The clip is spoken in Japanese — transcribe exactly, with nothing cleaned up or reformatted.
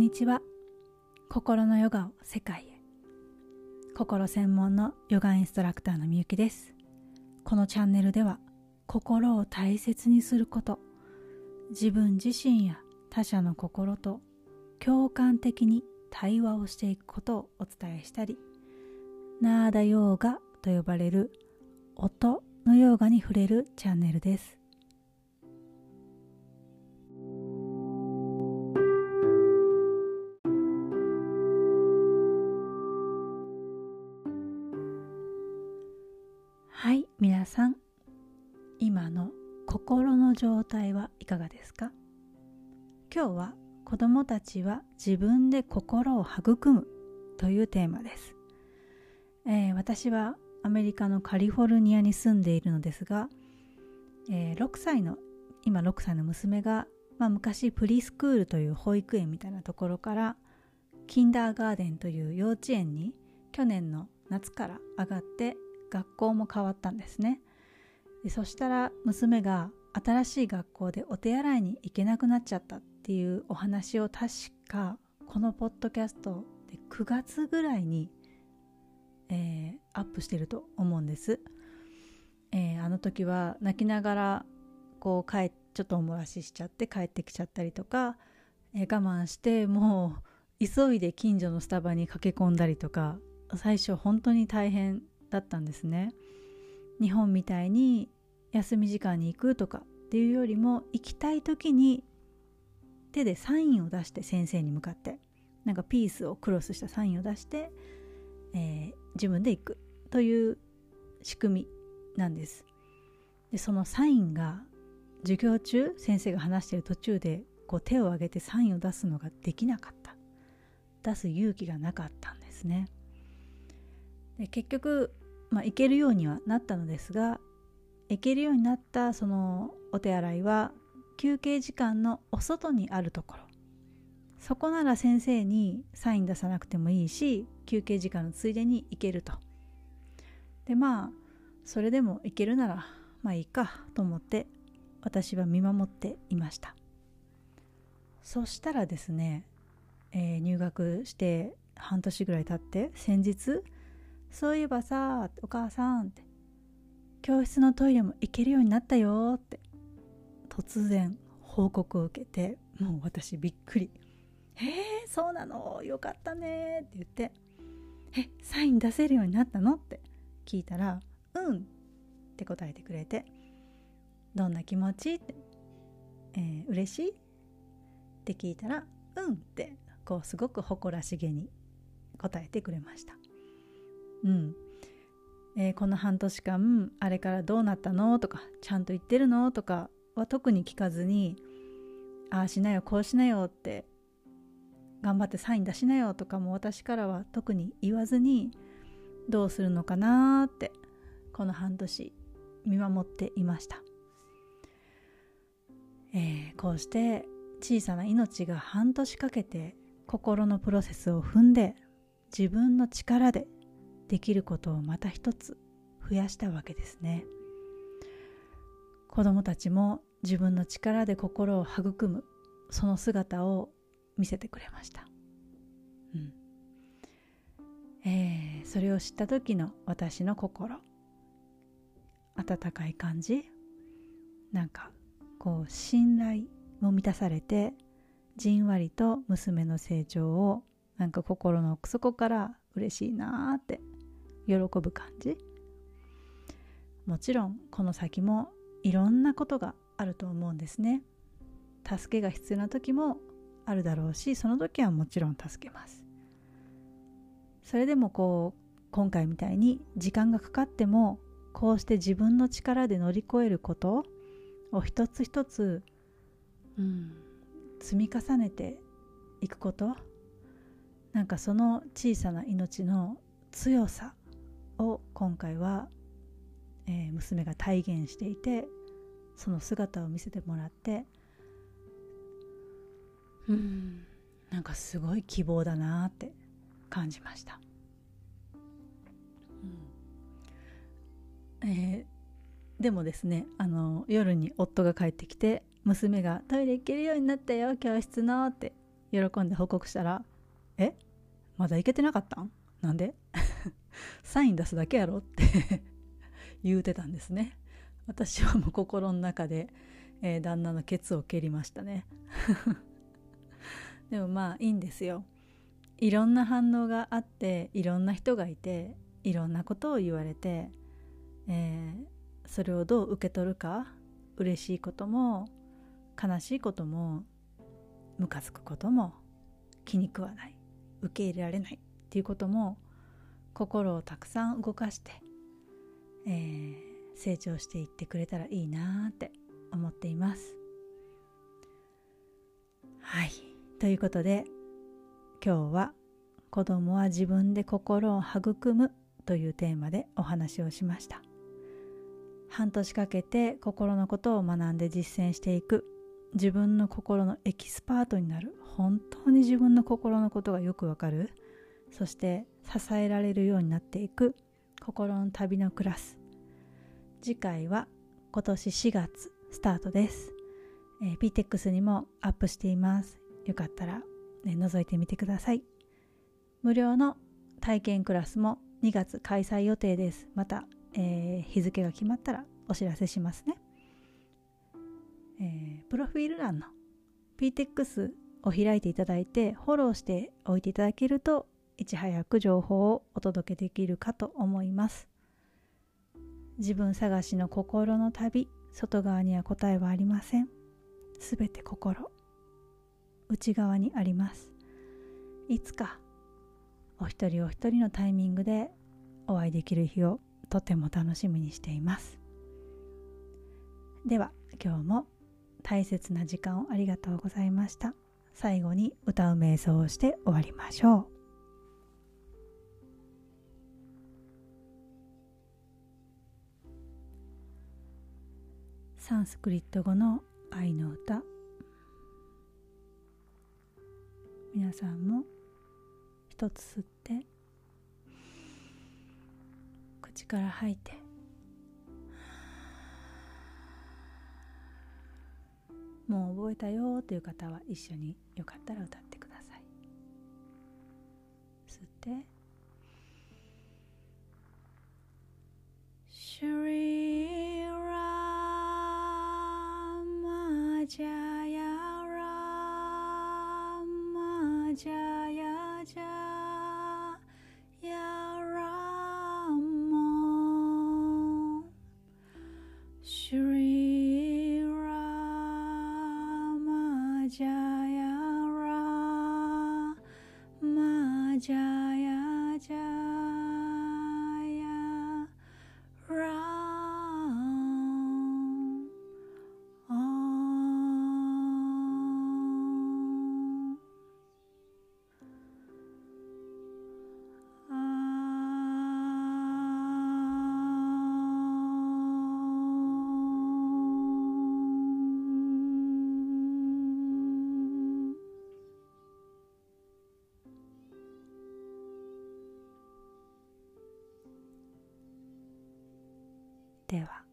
にちは。心のヨガを世界へ。心専門のヨガインストラクターのみゆきです。このチャンネルでは心を大切にすること、自分自身や他者の心と共感的に対話をしていくことをお伝えしたり、ナーダヨーガと呼ばれる音のヨーガに触れるチャンネルです。はい、皆さん、今の心の状態はいかがですか？今日は子どもたちは自分で心を育むというテーマです。えー、私はアメリカのカリフォルニアに住んでいるのですが、えー、ろくさいの今ろくさいの娘が、まあ、昔プリスクールという保育園みたいなところからキンダーガーデンという幼稚園に去年の夏から上がって学校も変わったんですね。でそしたら娘が新しい学校でお手洗いに行けなくなっちゃったっていうお話を確かこのポッドキャストでくがつぐらいに、えー、アップしてると思うんです。えー、あの時は泣きながらこう帰ちょっとお漏らししちゃって帰ってきちゃったりとか、えー、我慢してもう急いで近所のスタバに駆け込んだりとか、最初本当に大変だったんですね。日本みたいに休み時間に行くとかっていうよりも、行きたい時に手でサインを出して先生に向かってなんかピースをクロスしたサインを出して、えー、自分で行くという仕組みなんです。でそのサインが授業中先生が話している途中でこう手を挙げてサインを出すのができなかった、出す勇気がなかったんですね。で結局まあ、行けるようにはなったのですが、行けるようになったそのお手洗いは休憩時間のお外にあるところ、そこなら先生にサイン出さなくてもいいし、休憩時間のついでに行けると。でまあそれでも行けるならまあいいかと思って私は見守っていました。そしたらですね、えー、入学して半年ぐらい経って先日、そういえばさ、お母さんって、教室のトイレも行けるようになったよって突然報告を受けて、もう私びっくり。へえ、そうなの、よかったねって言って、え、サイン出せるようになったのって聞いたら、うんって答えてくれて、どんな気持ちって、えー、嬉しいって聞いたら、うんってこうすごく誇らしげに答えてくれました。うんえー、この半年間あれからどうなったのとか、ちゃんと言ってるのとかは特に聞かずに、ああしなよこうしなよって、頑張ってサイン出しなよとかも私からは特に言わずに、どうするのかなってこの半年見守っていました。えー、こうして小さな命が半年かけて心のプロセスを踏んで、自分の力でできることをまた一つ増やしたわけですね。子どもたちも自分の力で心を育む、その姿を見せてくれました。うんえー、それを知った時の私の心、温かい感じ、なんかこう信頼も満たされて、じんわりと娘の成長をなんか心の奥底から嬉しいなーって喜ぶ感じ。もちろんこの先もいろんなことがあると思うんですね。助けが必要な時もあるだろうし、その時はもちろん助けます。それでもこう今回みたいに時間がかかっても、こうして自分の力で乗り越えることを一つ一つ、うん、積み重ねていくこと、なんかその小さな命の強さを今回は、えー、娘が体現していて、その姿を見せてもらって、うーんなんかすごい希望だなって感じました。うんえー、でもですね、あの夜に夫が帰ってきて、娘がトイレ行けるようになったよ教室のって喜んで報告したら、えまだいけてなかったんなんでサイン出すだけやろって言うてたんですね。私はもう心の中で、えー、旦那のケツを蹴りましたねでもまあいいんですよ。いろんな反応があって、いろんな人がいて、いろんなことを言われて、えー、それをどう受け取るか、嬉しいことも悲しいこともムカつくことも気に食わない、受け入れられないっていうことも心をたくさん動かして、えー、成長していってくれたらいいなって思っています。はい、ということで今日は子供は自分で心を育むというテーマでお話をしました。半年かけて心のことを学んで実践していく、自分の心のエキスパートになる、本当に自分の心のことがよくわかる、そして支えられるようになっていく心の旅のクラス、次回は今年しがつスタートです。えー、ピーテックス にもアップしています。よかったら、ね、覗いてみてください。無料の体験クラスもにがつ開催予定です。また、えー、日付が決まったらお知らせしますね。えー、プロフィール欄の ピーテックス を開いていただいてフォローしておいていただけると、いち早く情報をお届けできるかと思います。自分探しの心の旅、外側には答えはありません。すべて心、内側にあります。いつかお一人お一人のタイミングでお会いできる日をとても楽しみにしています。では今日も大切な時間をありがとうございました。最後に歌う瞑想をして終わりましょう。サンスクリット語の愛の歌、皆さんも一つ吸って口から吐いて、もう覚えたよという方は一緒によかったら歌ってください。吸ってシュリーラマジャヤラマジャヤジャヤラモシュリーラマジャヤラマジャヤジャでは